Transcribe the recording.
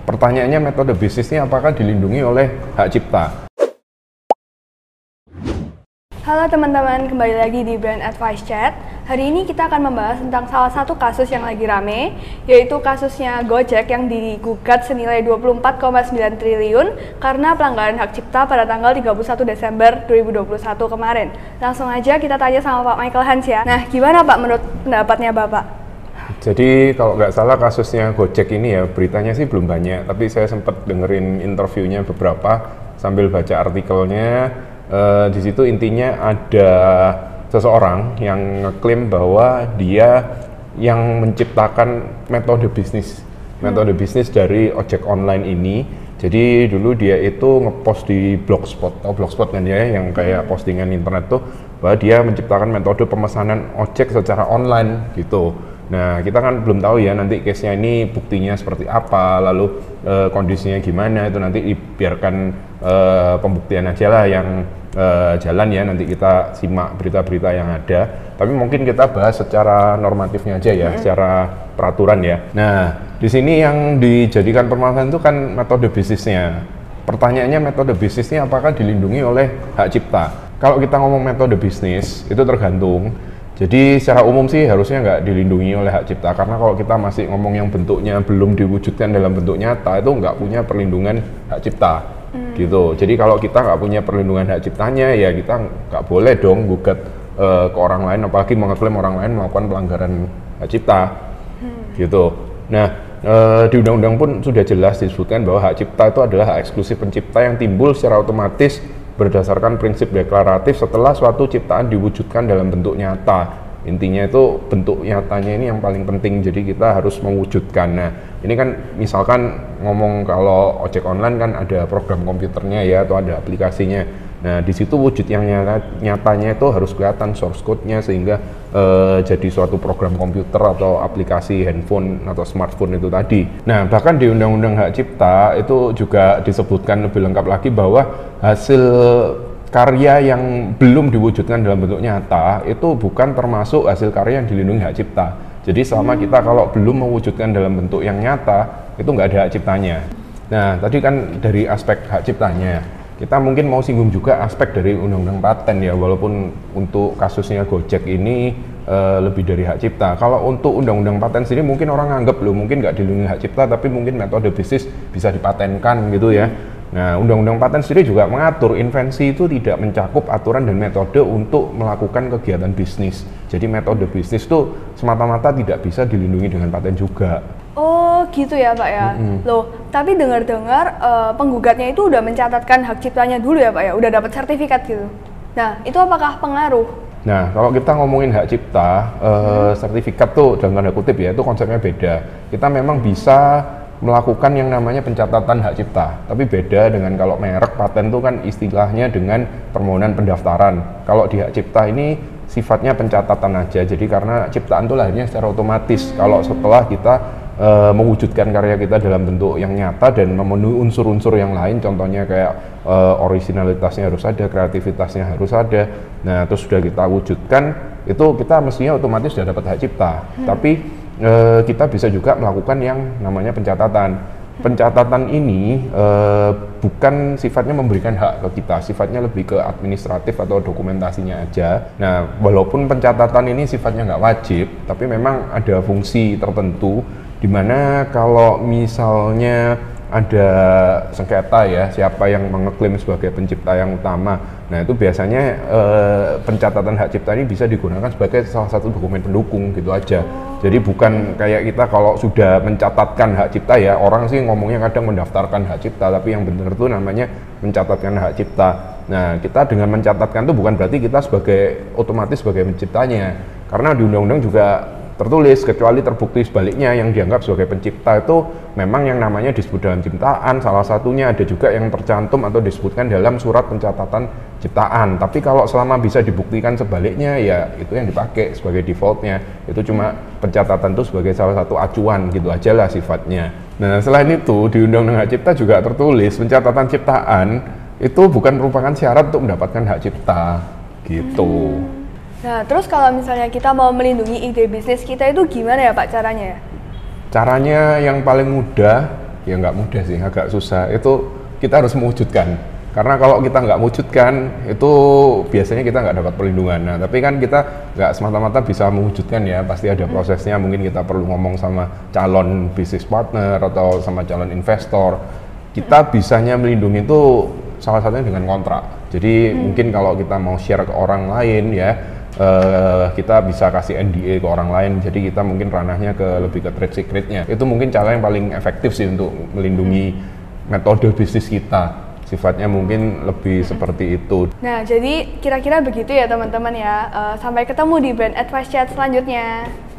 Pertanyaannya, metode bisnisnya apakah dilindungi oleh hak cipta? Halo teman-teman, kembali lagi di Brand Advice Chat. Hari ini kita akan membahas tentang salah satu kasus yang lagi rame, yaitu kasusnya Gojek yang digugat senilai 24,9 triliun karena pelanggaran hak cipta pada tanggal 31 Desember 2021 kemarin. Langsung aja kita tanya sama Pak Michael Hans ya. Nah, gimana Pak menurut pendapatnya Bapak? Jadi kalau nggak salah kasusnya Gojek ini ya, beritanya sih belum banyak, tapi saya sempat dengerin interviewnya beberapa sambil baca artikelnya. Di situ intinya ada seseorang yang ngeklaim bahwa dia yang menciptakan metode bisnis dari ojek online ini. Jadi dulu dia itu ngepost di Blogspot, atau Blogspot kan ya, yang kayak postingan internet tuh, bahwa dia menciptakan metode pemesanan ojek secara online gitu. Nah, kita kan belum tahu ya nanti case-nya ini buktinya seperti apa, lalu kondisinya gimana, itu nanti dibiarkan pembuktian aja lah yang jalan ya, nanti kita simak berita-berita yang ada. Tapi mungkin kita bahas secara normatifnya aja ya, secara peraturan ya. Nah, di sini yang dijadikan permasalahan itu kan metode bisnisnya. Pertanyaannya, metode bisnisnya apakah dilindungi oleh hak cipta? Kalau kita ngomong metode bisnis, itu tergantung. Jadi secara umum sih harusnya nggak dilindungi oleh hak cipta, karena kalau kita masih ngomong yang bentuknya belum diwujudkan dalam bentuk nyata, itu nggak punya perlindungan hak cipta gitu. Jadi kalau kita nggak punya perlindungan hak ciptanya, ya kita nggak boleh dong gugat ke orang lain, apalagi mengeklaim orang lain melakukan pelanggaran hak cipta gitu. Nah, di undang-undang pun sudah jelas disebutkan bahwa hak cipta itu adalah hak eksklusif pencipta yang timbul secara otomatis berdasarkan prinsip deklaratif setelah suatu ciptaan diwujudkan dalam bentuk nyata. Intinya itu bentuk nyatanya ini yang paling penting, jadi kita harus mewujudkan. Nah, ini kan misalkan ngomong kalau ojek online kan ada program komputernya ya, atau ada aplikasinya. Nah, di situ wujud yang nyatanya itu harus kelihatan source code-nya, sehingga jadi suatu program komputer atau aplikasi handphone atau smartphone itu tadi. Nah, bahkan di Undang-Undang Hak Cipta itu juga disebutkan lebih lengkap lagi bahwa hasil karya yang belum diwujudkan dalam bentuk nyata itu bukan termasuk hasil karya yang dilindungi hak cipta. Jadi selama kita kalau belum mewujudkan dalam bentuk yang nyata, itu nggak ada hak ciptanya. Nah, tadi kan dari aspek hak ciptanya. Kita mungkin mau singgung juga aspek dari Undang-Undang Paten ya, walaupun untuk kasusnya Gojek ini lebih dari hak cipta. Kalau untuk Undang-Undang Paten sendiri mungkin orang anggap loh, mungkin nggak dilindungi hak cipta, tapi mungkin metode bisnis bisa dipatenkan gitu ya. Nah, Undang-Undang Paten sendiri juga mengatur invensi itu tidak mencakup aturan dan metode untuk melakukan kegiatan bisnis. Jadi metode bisnis itu semata-mata tidak bisa dilindungi dengan paten juga. Oh gitu ya Pak ya. Loh, tapi dengar-dengar penggugatnya itu udah mencatatkan hak ciptanya dulu ya Pak ya, udah dapat sertifikat gitu. Nah, itu apakah pengaruh? Nah, kalau kita ngomongin hak cipta, sertifikat tuh dalam tanda kutip ya, itu konsepnya beda. Kita memang bisa melakukan yang namanya pencatatan hak cipta, tapi beda dengan kalau merek paten tuh kan istilahnya dengan permohonan pendaftaran. Kalau di hak cipta ini sifatnya pencatatan aja, jadi karena ciptaan itu lahirnya secara otomatis. Kalau setelah kita mewujudkan karya kita dalam bentuk yang nyata dan memenuhi unsur-unsur yang lain, contohnya kayak originalitasnya harus ada, kreativitasnya harus ada. Nah, terus sudah kita wujudkan, itu kita mestinya otomatis sudah dapat hak cipta. Tapi kita bisa juga melakukan yang namanya pencatatan. Pencatatan ini bukan sifatnya memberikan hak ke kita, sifatnya lebih ke administratif atau dokumentasinya aja. Nah, walaupun pencatatan ini sifatnya nggak wajib, tapi memang ada fungsi tertentu di mana kalau misalnya ada sengketa ya, siapa yang mengeklaim sebagai pencipta yang utama. Nah, itu biasanya pencatatan hak cipta ini bisa digunakan sebagai salah satu dokumen pendukung gitu aja. Jadi bukan kayak kita kalau sudah mencatatkan hak cipta ya, orang sih ngomongnya kadang mendaftarkan hak cipta, tapi yang benar itu namanya mencatatkan hak cipta. Nah, kita dengan mencatatkan itu bukan berarti kita otomatis sebagai penciptanya. Karena di undang-undang juga tertulis, kecuali terbukti sebaliknya, yang dianggap sebagai pencipta itu memang yang namanya disebut dalam ciptaan, salah satunya ada juga yang tercantum atau disebutkan dalam surat pencatatan ciptaan. Tapi kalau selama bisa dibuktikan sebaliknya, ya itu yang dipakai sebagai defaultnya. Itu cuma pencatatan itu sebagai salah satu acuan gitu aja lah sifatnya. Nah, selain itu di Undang-Undang Hak Cipta juga tertulis pencatatan ciptaan itu bukan merupakan syarat untuk mendapatkan hak cipta gitu. Nah, terus kalau misalnya kita mau melindungi ide bisnis kita itu gimana ya Pak caranya ya? Caranya yang paling mudah ya nggak mudah sih, agak susah. Itu kita harus mewujudkan. Karena kalau kita nggak mewujudkan, itu biasanya kita nggak dapat perlindungan. Nah, tapi kan kita nggak semata-mata bisa mewujudkan ya, pasti ada prosesnya. Mungkin kita perlu ngomong sama calon bisnis partner atau sama calon investor. Kita bisanya melindungi itu salah satunya dengan kontrak. Jadi mungkin kalau kita mau share ke orang lain ya, kita bisa kasih NDA ke orang lain. Jadi kita mungkin ranahnya lebih ke trade secretnya. Itu mungkin cara yang paling efektif sih untuk melindungi metode bisnis kita. Sifatnya mungkin lebih seperti itu. Nah, jadi kira-kira begitu ya teman-teman ya. Sampai ketemu di Brand Advice Chat selanjutnya.